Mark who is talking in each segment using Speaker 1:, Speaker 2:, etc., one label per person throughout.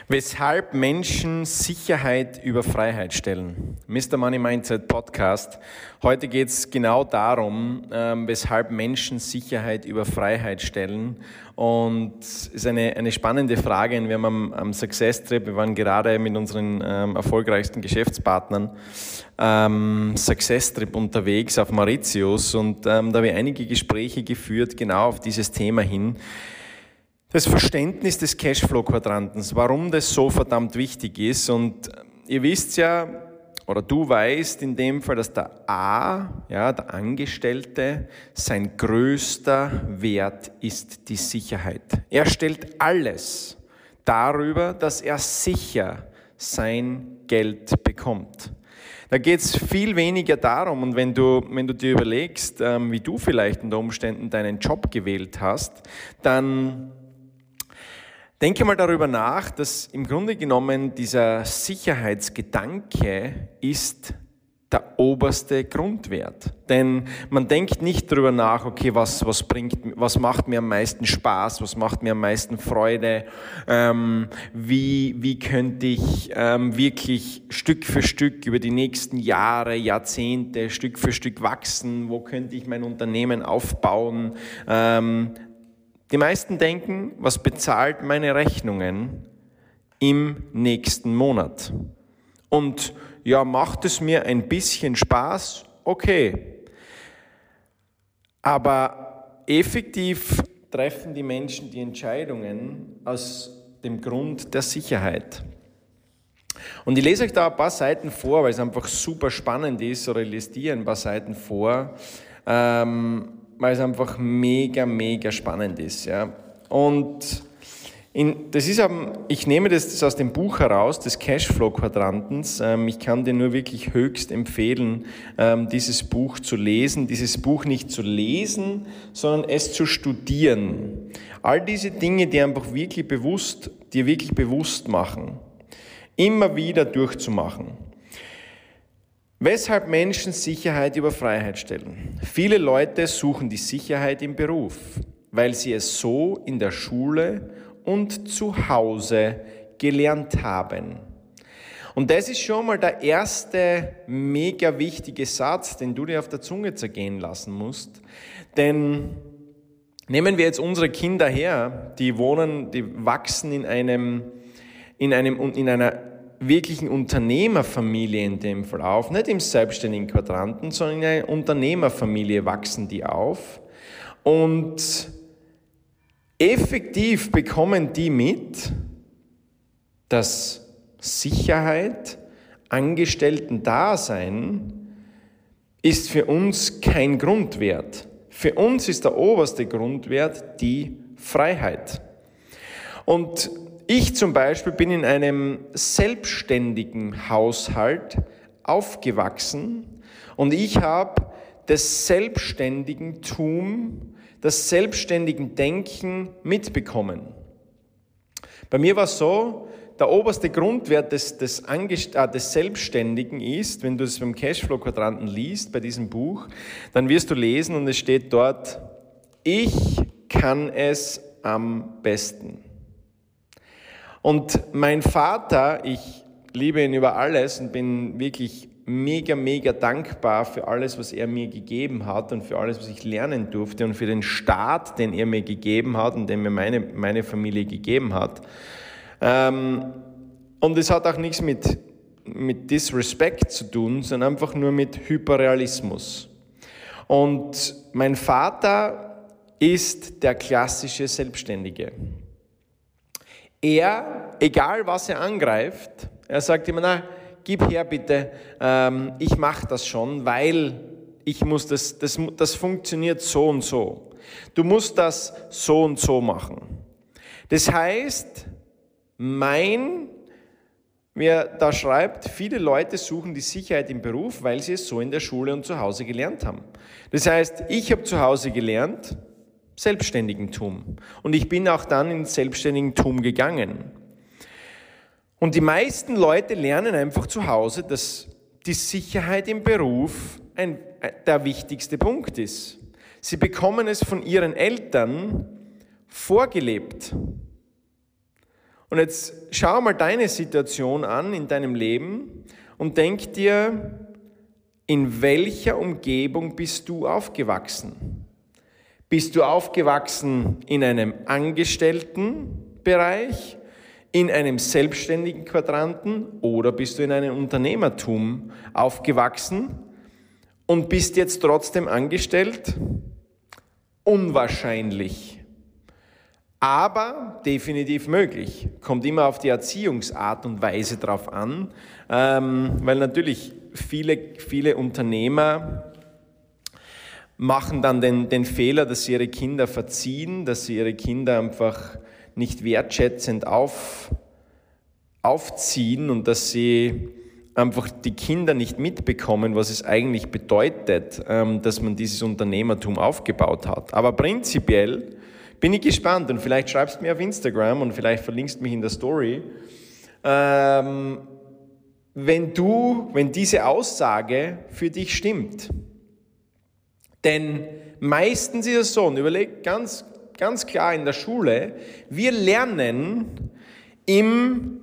Speaker 1: Weshalb Menschen Sicherheit über Freiheit stellen. Mr. Money Mindset Podcast. Heute geht es genau darum, weshalb Menschen Sicherheit über Freiheit stellen. Und es ist eine spannende Frage. Wir haben am Success Trip, wir waren gerade mit unseren erfolgreichsten Geschäftspartnern Success Trip unterwegs auf Mauritius. Und da habe ich einige Gespräche geführt, genau auf dieses Thema hin. Das Verständnis des Cashflow-Quadrantens, warum das so verdammt wichtig ist. Und ihr wisst ja, oder du weißt in dem Fall, dass der der Angestellte, sein größter Wert ist die Sicherheit. Er stellt alles darüber, dass er sicher sein Geld bekommt. Da geht es viel weniger darum, und wenn du dir überlegst, wie du vielleicht unter Umständen deinen Job gewählt hast, dann denke mal darüber nach, dass im Grunde genommen dieser Sicherheitsgedanke ist der oberste Grundwert. Denn man denkt nicht darüber nach, okay, was macht mir am meisten Spaß, was macht mir am meisten Freude, wie könnte ich wirklich Stück für Stück über die nächsten Jahre, Jahrzehnte Stück für Stück wachsen, wo könnte ich mein Unternehmen aufbauen. Die meisten denken, was bezahlt meine Rechnungen im nächsten Monat? Und ja, macht es mir ein bisschen Spaß? Okay. Aber effektiv treffen die Menschen die Entscheidungen aus dem Grund der Sicherheit. Und ich lese euch da ein paar Seiten vor, weil es einfach super spannend ist, oder ich lese dir ein paar Seiten vor, weil es einfach mega spannend ist. Ja. Und ich nehme das aus dem Buch heraus, des Cashflow-Quadrantens. Ich kann dir nur wirklich höchst empfehlen, dieses Buch zu lesen. Dieses Buch nicht zu lesen, sondern es zu studieren. All diese Dinge, die einfach wirklich bewusst machen. Immer wieder durchzumachen. Weshalb Menschen Sicherheit über Freiheit stellen. Viele Leute suchen die Sicherheit im Beruf, weil sie es so in der Schule und zu Hause gelernt haben. Und das ist schon mal der erste mega wichtige Satz, den du dir auf der Zunge zergehen lassen musst. Denn nehmen wir jetzt unsere Kinder her, die wachsen in einer wirklichen Unternehmerfamilie in dem Fall auf, nicht im selbstständigen Quadranten, sondern in einer Unternehmerfamilie wachsen die auf und effektiv bekommen die mit, dass Sicherheit, Angestellten-Dasein ist für uns kein Grundwert. Für uns ist der oberste Grundwert die Freiheit. Und ich zum Beispiel bin in einem selbstständigen Haushalt aufgewachsen und ich habe das Selbstständigentum, das selbstständigen Denken mitbekommen. Bei mir war es so, der oberste Grundwert des Selbstständigen ist, wenn du es beim Cashflow-Quadranten liest, bei diesem Buch, dann wirst du lesen und es steht dort, ich kann es am besten. Und mein Vater, ich liebe ihn über alles und bin wirklich mega dankbar für alles, was er mir gegeben hat und für alles, was ich lernen durfte und für den Start, den er mir gegeben hat und den mir meine Familie gegeben hat. Und es hat auch nichts mit Disrespect zu tun, sondern einfach nur mit Hyperrealismus. Und mein Vater ist der klassische Selbstständige. Er, egal was er angreift, er sagt immer, na, gib her bitte, ich mache das schon, weil ich muss das funktioniert so und so. Du musst das so und so machen. Das heißt, wie er da schreibt, viele Leute suchen die Sicherheit im Beruf, weil sie es so in der Schule und zu Hause gelernt haben. Das heißt, ich habe zu Hause gelernt, Selbstständigentum. Und ich bin auch dann ins Selbstständigentum gegangen. Und die meisten Leute lernen einfach zu Hause, dass die Sicherheit im Beruf der wichtigste Punkt ist. Sie bekommen es von ihren Eltern vorgelebt. Und jetzt schau mal deine Situation an in deinem Leben und denk dir, in welcher Umgebung bist du aufgewachsen? Bist du aufgewachsen in einem Angestelltenbereich, in einem selbstständigen Quadranten oder bist du in einem Unternehmertum aufgewachsen und bist jetzt trotzdem angestellt? Unwahrscheinlich. Aber definitiv möglich. Kommt immer auf die Erziehungsart und Weise drauf an, weil natürlich viele Unternehmer machen dann den Fehler, dass sie ihre Kinder verziehen, dass sie ihre Kinder einfach nicht wertschätzend aufziehen und dass sie einfach die Kinder nicht mitbekommen, was es eigentlich bedeutet, dass man dieses Unternehmertum aufgebaut hat. Aber prinzipiell bin ich gespannt und vielleicht schreibst du mir auf Instagram und vielleicht verlinkst mich in der Story, wenn diese Aussage für dich stimmt. Denn meistens ist es so, und überleg ganz klar in der Schule, wir lernen im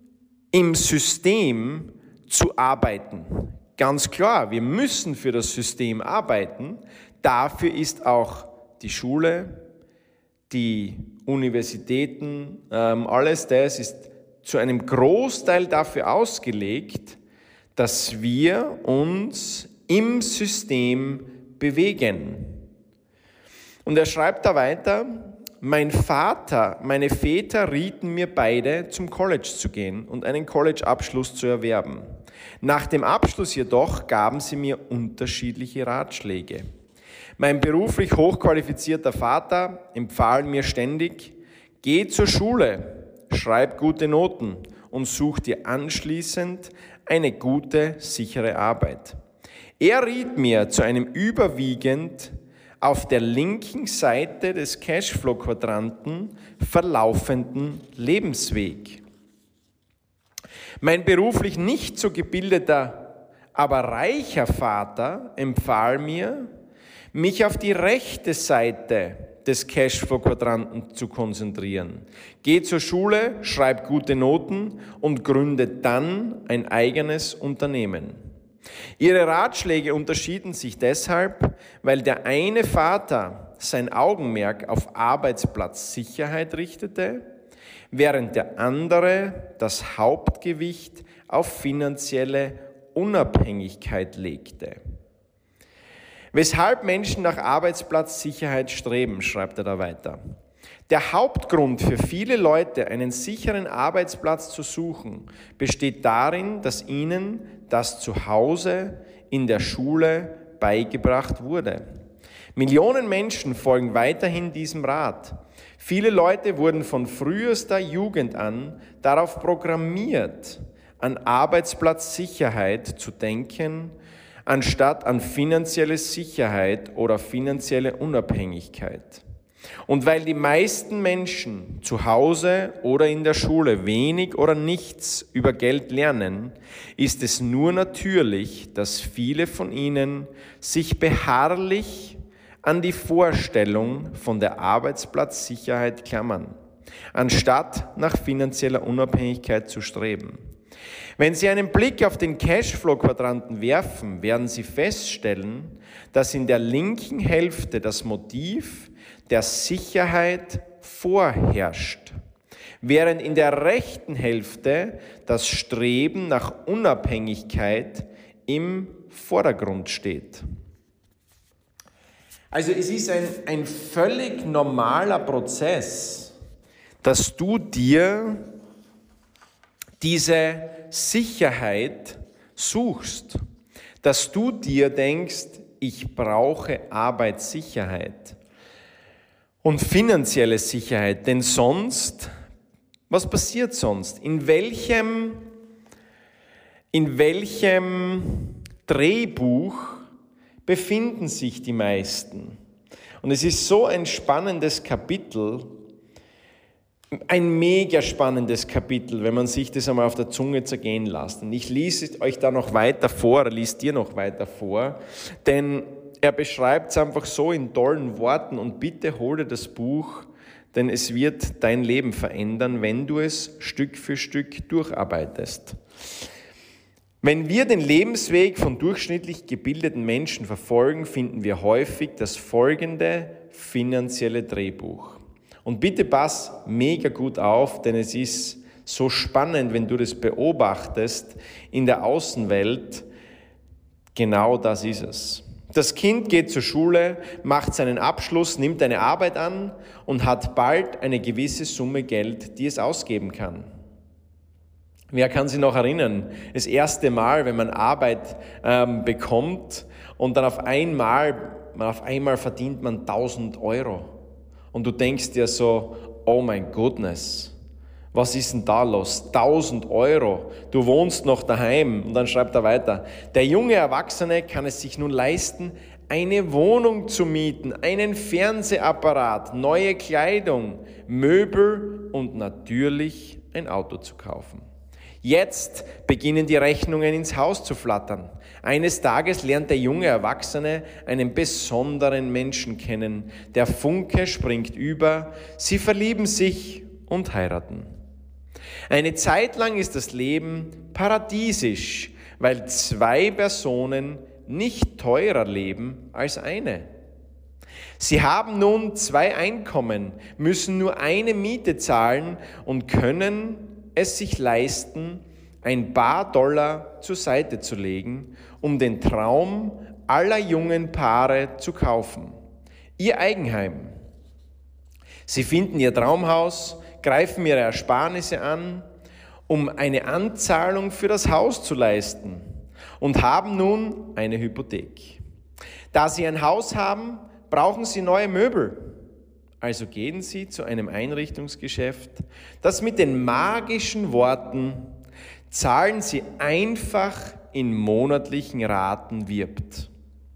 Speaker 1: System zu arbeiten. Ganz klar, wir müssen für das System arbeiten. Dafür ist auch die Schule, die Universitäten, alles das ist zu einem Großteil dafür ausgelegt, dass wir uns im System bewegen. Und er schreibt da weiter, meine Väter rieten mir beide, zum College zu gehen und einen College-Abschluss zu erwerben. Nach dem Abschluss jedoch gaben sie mir unterschiedliche Ratschläge. Mein beruflich hochqualifizierter Vater empfahl mir ständig, geh zur Schule, schreib gute Noten und such dir anschließend eine gute, sichere Arbeit. Er riet mir zu einem überwiegend auf der linken Seite des Cashflow-Quadranten verlaufenden Lebensweg. Mein beruflich nicht so gebildeter, aber reicher Vater empfahl mir, mich auf die rechte Seite des Cashflow-Quadranten zu konzentrieren. Geh zur Schule, schreib gute Noten und gründe dann ein eigenes Unternehmen. Ihre Ratschläge unterschieden sich deshalb, weil der eine Vater sein Augenmerk auf Arbeitsplatzsicherheit richtete, während der andere das Hauptgewicht auf finanzielle Unabhängigkeit legte. Weshalb Menschen nach Arbeitsplatzsicherheit streben, schreibt er da weiter. Der Hauptgrund für viele Leute, einen sicheren Arbeitsplatz zu suchen, besteht darin, dass ihnen das zu Hause in der Schule beigebracht wurde. Millionen Menschen folgen weiterhin diesem Rat. Viele Leute wurden von frühester Jugend an darauf programmiert, an Arbeitsplatzsicherheit zu denken, anstatt an finanzielle Sicherheit oder finanzielle Unabhängigkeit. Und weil die meisten Menschen zu Hause oder in der Schule wenig oder nichts über Geld lernen, ist es nur natürlich, dass viele von ihnen sich beharrlich an die Vorstellung von der Arbeitsplatzsicherheit klammern, anstatt nach finanzieller Unabhängigkeit zu streben. Wenn Sie einen Blick auf den Cashflow-Quadranten werfen, werden Sie feststellen, dass in der linken Hälfte das Motiv der Sicherheit vorherrscht, während in der rechten Hälfte das Streben nach Unabhängigkeit im Vordergrund steht. Also es ist ein völlig normaler Prozess, dass du dir diese Sicherheit suchst, dass du dir denkst, ich brauche Arbeitssicherheit und finanzielle Sicherheit, denn sonst, was passiert sonst? In welchem Drehbuch befinden sich die meisten? Und es ist so ein spannendes Kapitel, ein mega spannendes Kapitel, wenn man sich das einmal auf der Zunge zergehen lässt. Und ich lese euch da noch weiter vor, liest dir noch weiter vor, denn er beschreibt es einfach so in tollen Worten und bitte hol dir das Buch, denn es wird dein Leben verändern, wenn du es Stück für Stück durcharbeitest. Wenn wir den Lebensweg von durchschnittlich gebildeten Menschen verfolgen, finden wir häufig das folgende finanzielle Drehbuch. Und bitte pass mega gut auf, denn es ist so spannend, wenn du das beobachtest in der Außenwelt. Genau das ist es. Das Kind geht zur Schule, macht seinen Abschluss, nimmt eine Arbeit an und hat bald eine gewisse Summe Geld, die es ausgeben kann. Wer kann sich noch erinnern, das erste Mal, wenn man Arbeit bekommt und dann auf einmal verdient man 1.000 Euro. Und du denkst dir so, oh mein Goodness, was ist denn da los? 1.000 Euro, du wohnst noch daheim. Und dann schreibt er weiter, der junge Erwachsene kann es sich nun leisten, eine Wohnung zu mieten, einen Fernsehapparat, neue Kleidung, Möbel und natürlich ein Auto zu kaufen. Jetzt beginnen die Rechnungen ins Haus zu flattern. Eines Tages lernt der junge Erwachsene einen besonderen Menschen kennen. Der Funke springt über, sie verlieben sich und heiraten. Eine Zeit lang ist das Leben paradiesisch, weil 2 Personen nicht teurer leben als eine. Sie haben nun 2 Einkommen, müssen nur eine Miete zahlen und können es sich leisten, ein paar Dollar zur Seite zu legen, um den Traum aller jungen Paare zu kaufen. Ihr Eigenheim. Sie finden ihr Traumhaus, greifen ihre Ersparnisse an, um eine Anzahlung für das Haus zu leisten und haben nun eine Hypothek. Da sie ein Haus haben, brauchen sie neue Möbel. Also gehen Sie zu einem Einrichtungsgeschäft, das mit den magischen Worten "Zahlen Sie einfach in monatlichen Raten" wirbt.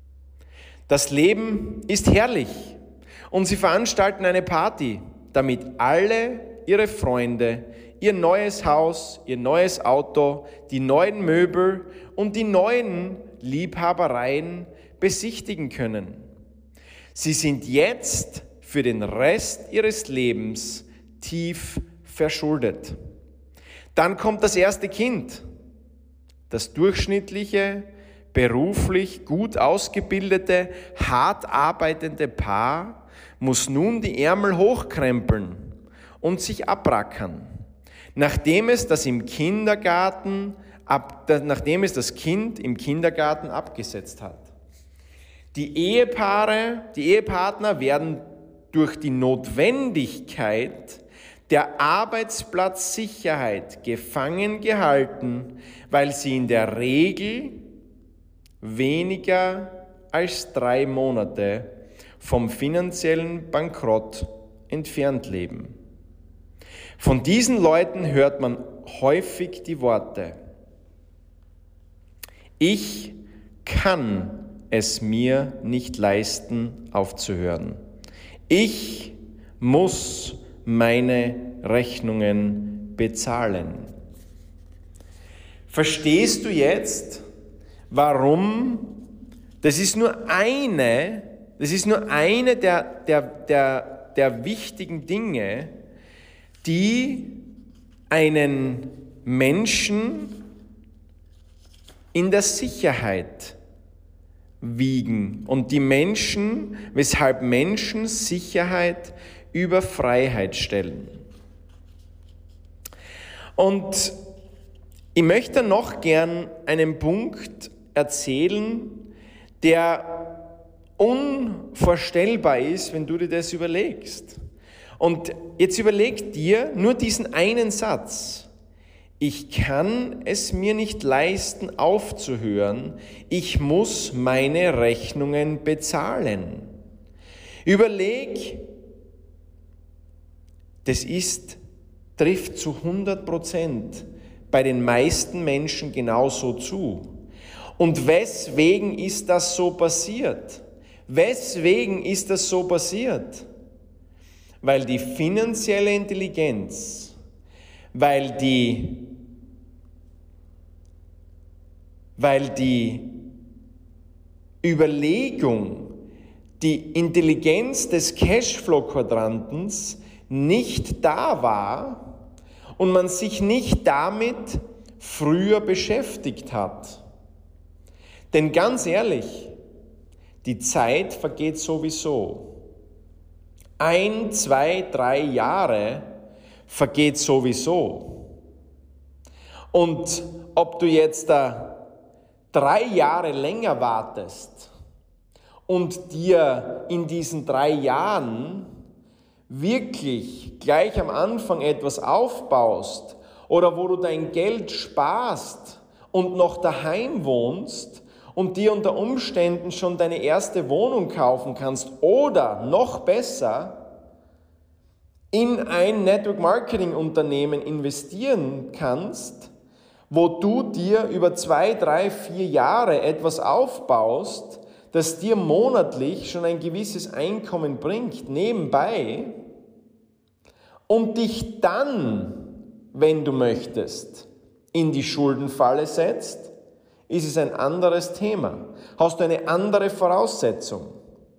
Speaker 1: Das Leben ist herrlich und Sie veranstalten eine Party, damit alle Ihre Freunde Ihr neues Haus, Ihr neues Auto, die neuen Möbel und die neuen Liebhabereien besichtigen können. Sie sind jetzt für den Rest ihres Lebens tief verschuldet. Dann kommt das erste Kind. Das durchschnittliche, beruflich gut ausgebildete, hart arbeitende Paar muss nun die Ärmel hochkrempeln und sich abrackern, nachdem es das Kind im Kindergarten abgesetzt hat. Die Ehepartner werden durch die Notwendigkeit der Arbeitsplatzsicherheit gefangen gehalten, weil sie in der Regel weniger als 3 Monate vom finanziellen Bankrott entfernt leben. Von diesen Leuten hört man häufig die Worte: Ich kann es mir nicht leisten, aufzuhören. Ich muss meine Rechnungen bezahlen. Verstehst du jetzt, warum? Das ist nur eine der wichtigen Dinge, die einen Menschen in der Sicherheit wiegen und weshalb Menschen Sicherheit über Freiheit stellen. Und ich möchte noch gern einen Punkt erzählen, der unvorstellbar ist, wenn du dir das überlegst. Und jetzt überleg dir nur diesen einen Satz: Ich kann es mir nicht leisten, aufzuhören. Ich muss meine Rechnungen bezahlen. Überleg, das trifft zu 100% bei den meisten Menschen genauso zu. Und weswegen ist das so passiert? Weswegen ist das so passiert? Weil die finanzielle Intelligenz, weil die Überlegung, die Intelligenz des Cashflow-Quadrantens nicht da war und man sich nicht damit früher beschäftigt hat. Denn ganz ehrlich, die Zeit vergeht sowieso. 1, 2, 3 Jahre vergeht sowieso. Und ob du jetzt 3 Jahre länger wartest und dir in diesen 3 Jahren wirklich gleich am Anfang etwas aufbaust oder wo du dein Geld sparst und noch daheim wohnst und dir unter Umständen schon deine erste Wohnung kaufen kannst oder noch besser in ein Network Marketing Unternehmen investieren kannst, wo du dir über 2, 3, 4 Jahre etwas aufbaust, das dir monatlich schon ein gewisses Einkommen bringt, nebenbei, und dich dann, wenn du möchtest, in die Schuldenfalle setzt, ist es ein anderes Thema. Hast du eine andere Voraussetzung.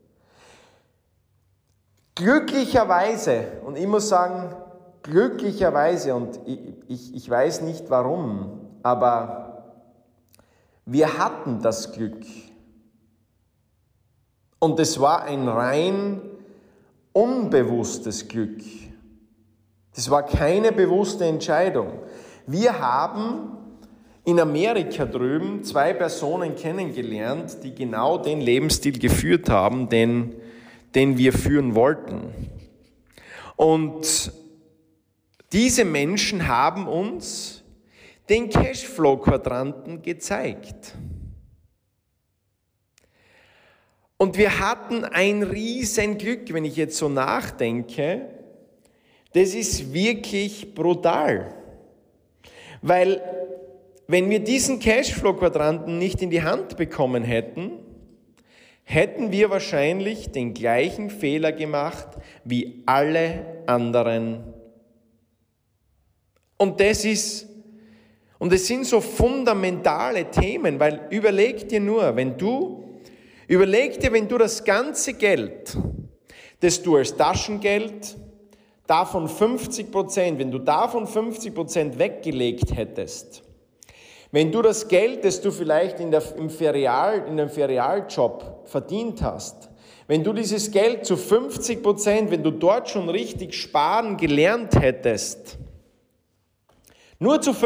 Speaker 1: Glücklicherweise, und ich muss sagen, glücklicherweise, und ich weiß nicht warum, aber wir hatten das Glück. Und es war ein rein unbewusstes Glück. Das war keine bewusste Entscheidung. Wir haben in Amerika drüben 2 Personen kennengelernt, die genau den Lebensstil geführt haben, den wir führen wollten. Und diese Menschen haben uns den Cashflow-Quadranten gezeigt. Und wir hatten ein riesen Glück, wenn ich jetzt so nachdenke. Das ist wirklich brutal. Weil wenn wir diesen Cashflow-Quadranten nicht in die Hand bekommen hätten, hätten wir wahrscheinlich den gleichen Fehler gemacht wie alle anderen. Und das sind so fundamentale Themen, weil überleg dir, wenn du das ganze Geld, das du als Taschengeld, davon 50%, wenn du davon 50% weggelegt hättest, wenn du das Geld, das du vielleicht in einem Ferialjob verdient hast, wenn du dieses Geld zu 50%, wenn du dort schon richtig sparen gelernt hättest, nur zu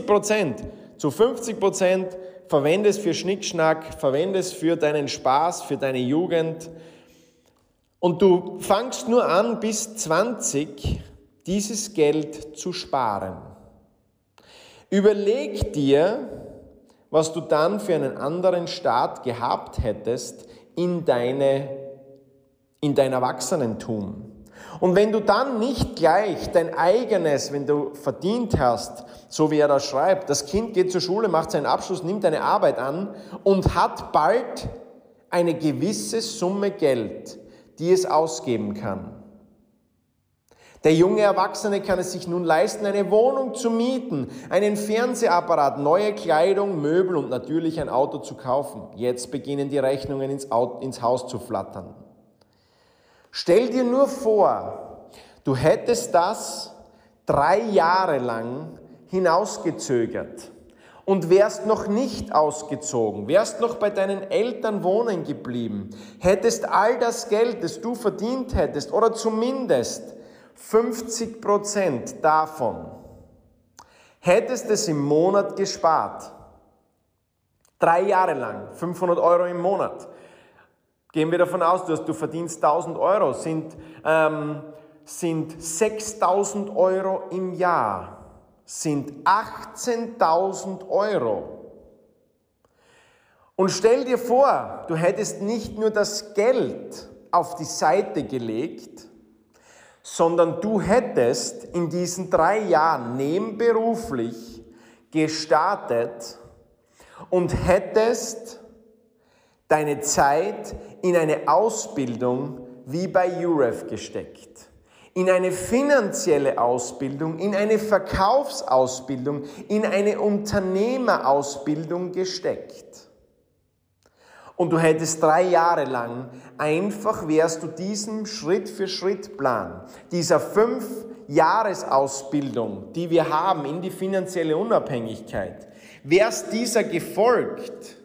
Speaker 1: 50% verwendest für Schnickschnack, verwendest für deinen Spaß, für deine Jugend, und du fangst nur an, bis 20 dieses Geld zu sparen. Überleg dir, was du dann für einen anderen Start gehabt hättest in dein Erwachsenentum. Und wenn du dann nicht gleich dein eigenes, wenn du verdient hast, so wie er da schreibt, das Kind geht zur Schule, macht seinen Abschluss, nimmt eine Arbeit an und hat bald eine gewisse Summe Geld, die es ausgeben kann. Der junge Erwachsene kann es sich nun leisten, eine Wohnung zu mieten, einen Fernsehapparat, neue Kleidung, Möbel und natürlich ein Auto zu kaufen. Jetzt beginnen die Rechnungen ins Haus zu flattern. Stell dir nur vor, du hättest das 3 Jahre lang hinausgezögert und wärst noch nicht ausgezogen, wärst noch bei deinen Eltern wohnen geblieben, hättest all das Geld, das du verdient hättest, oder zumindest 50% davon, hättest es im Monat gespart. 3 Jahre lang, 500 Euro im Monat. Gehen wir davon aus, du verdienst 1.000 Euro, sind 6.000 Euro im Jahr, sind 18.000 Euro. Und stell dir vor, du hättest nicht nur das Geld auf die Seite gelegt, sondern du hättest in diesen 3 Jahren nebenberuflich gestartet und hättest deine Zeit in eine Ausbildung wie bei UREF gesteckt, in eine finanzielle Ausbildung, in eine Verkaufsausbildung, in eine Unternehmerausbildung gesteckt. Und du hättest 3 Jahre lang einfach, wärst du diesem Schritt-für-Schritt-Plan, dieser 5-Jahres-Ausbildung, die wir haben in die finanzielle Unabhängigkeit, wärst dieser gefolgt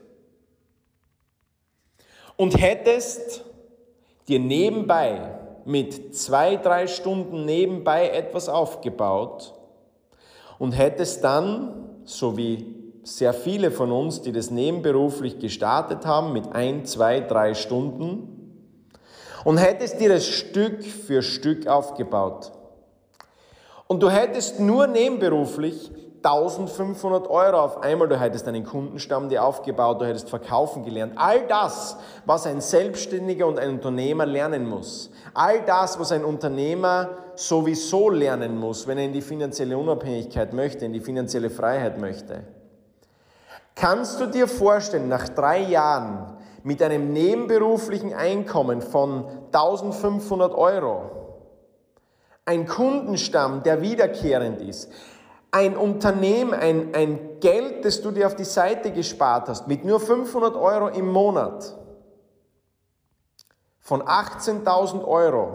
Speaker 1: und hättest dir nebenbei mit 2-3 Stunden nebenbei etwas aufgebaut und hättest dann, so wie sehr viele von uns, die das nebenberuflich gestartet haben, mit 1, 2, 3 Stunden und hättest dir das Stück für Stück aufgebaut. Und du hättest nur nebenberuflich 1.500 € auf einmal, du hättest einen Kundenstamm dir aufgebaut, du hättest verkaufen gelernt. All das, was ein Selbstständiger und ein Unternehmer lernen muss. All das, was ein Unternehmer sowieso lernen muss, wenn er in die finanzielle Unabhängigkeit möchte, in die finanzielle Freiheit möchte. Kannst du dir vorstellen, nach 3 Jahren mit einem nebenberuflichen Einkommen von 1.500 €, ein Kundenstamm, der wiederkehrend ist, ein Unternehmen, ein Geld, das du dir auf die Seite gespart hast, mit nur 500 € im Monat, von 18.000 €,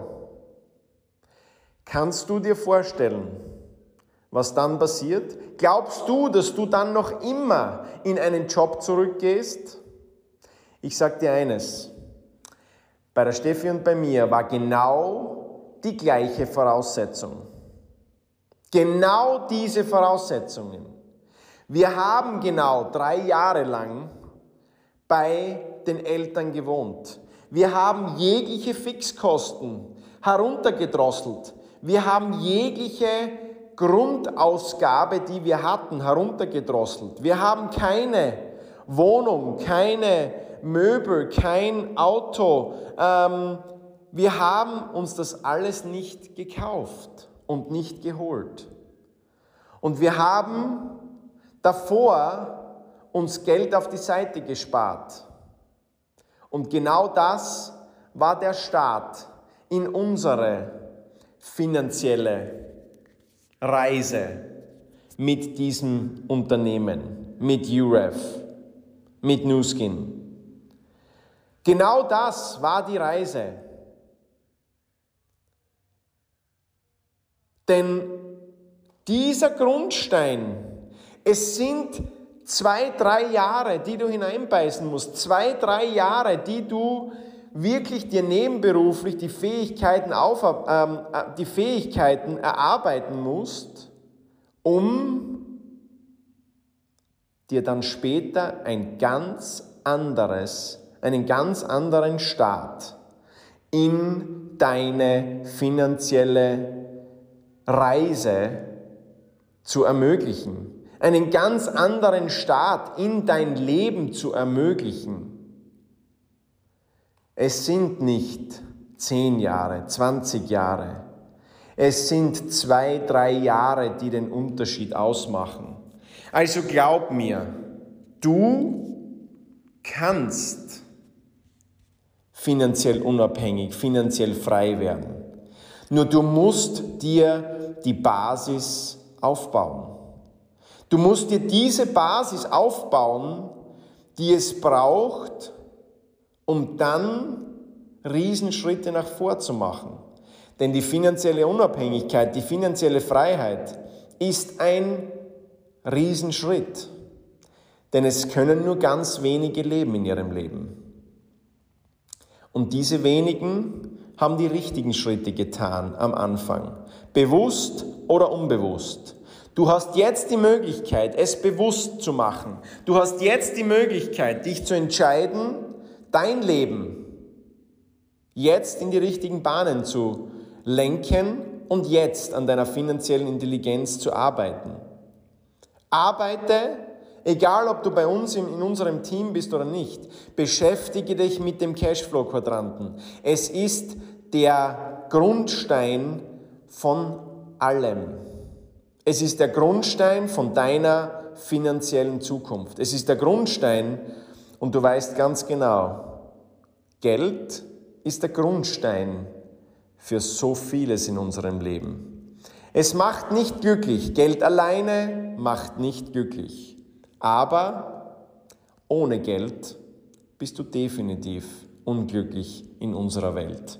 Speaker 1: kannst du dir vorstellen, was dann passiert? Glaubst du, dass du dann noch immer in einen Job zurückgehst? Ich sage dir eines, bei der Steffi und bei mir war genau die gleiche Voraussetzung. Genau diese Voraussetzungen. Wir haben genau 3 Jahre lang bei den Eltern gewohnt. Wir haben jegliche Fixkosten heruntergedrosselt. Wir haben jegliche Grundausgabe, die wir hatten, heruntergedrosselt. Wir haben keine Wohnung, keine Möbel, kein Auto. Wir haben uns das alles nicht gekauft und nicht geholt. Und wir haben davor uns Geld auf die Seite gespart. Und genau das war der Start in unsere finanzielle Reise mit diesem Unternehmen, mit UREF, mit Nu Skin. Genau das war die Reise. Denn dieser Grundstein, es sind 2-3 Jahre, die du hineinbeißen musst, 2-3 Jahre, die du wirklich dir nebenberuflich die Fähigkeiten erarbeiten musst, um dir dann später einen ganz anderen Start in deine finanzielle Reise zu ermöglichen, einen ganz anderen Start in dein Leben zu ermöglichen. Es sind nicht 10 Jahre, 20 Jahre. Es sind 2-3 Jahre, die den Unterschied ausmachen. Also glaub mir, du kannst finanziell unabhängig, finanziell frei werden. Nur du musst dir die Basis aufbauen. Du musst dir diese Basis aufbauen, die es braucht, um dann Riesenschritte nach vor zu machen. Denn die finanzielle Unabhängigkeit, die finanzielle Freiheit ist ein Riesenschritt. Denn es können nur ganz wenige leben in ihrem Leben. Und diese wenigen haben die richtigen Schritte getan am Anfang. Bewusst oder unbewusst. Du hast jetzt die Möglichkeit, es bewusst zu machen. Du hast jetzt die Möglichkeit, dich zu entscheiden, dein Leben jetzt in die richtigen Bahnen zu lenken und jetzt an deiner finanziellen Intelligenz zu arbeiten. Arbeite, egal ob du bei uns in unserem Team bist oder nicht, beschäftige dich mit dem Cashflow-Quadranten. Es ist der Grundstein von allem. Es ist der Grundstein von deiner finanziellen Zukunft. Es ist der Grundstein, und du weißt ganz genau, Geld ist der Grundstein für so vieles in unserem Leben. Es macht nicht glücklich. Geld alleine macht nicht glücklich. Aber ohne Geld bist du definitiv unglücklich in unserer Welt.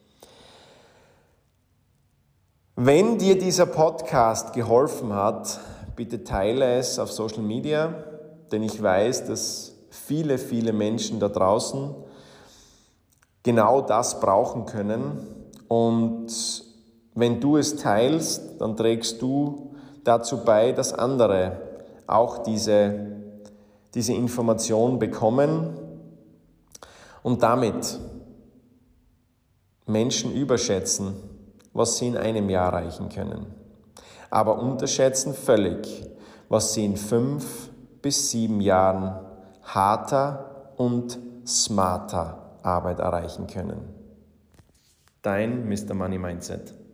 Speaker 1: Wenn dir dieser Podcast geholfen hat, bitte teile es auf Social Media, denn ich weiß, dass viele, viele Menschen da draußen genau das brauchen können. Und wenn du es teilst, dann trägst du dazu bei, dass andere auch diese Information bekommen und damit Menschen überschätzen, was sie in einem Jahr erreichen können, aber unterschätzen völlig, was sie in 5 bis 7 Jahren harter und smarter Arbeit erreichen können. Dein Mr. Money Mindset.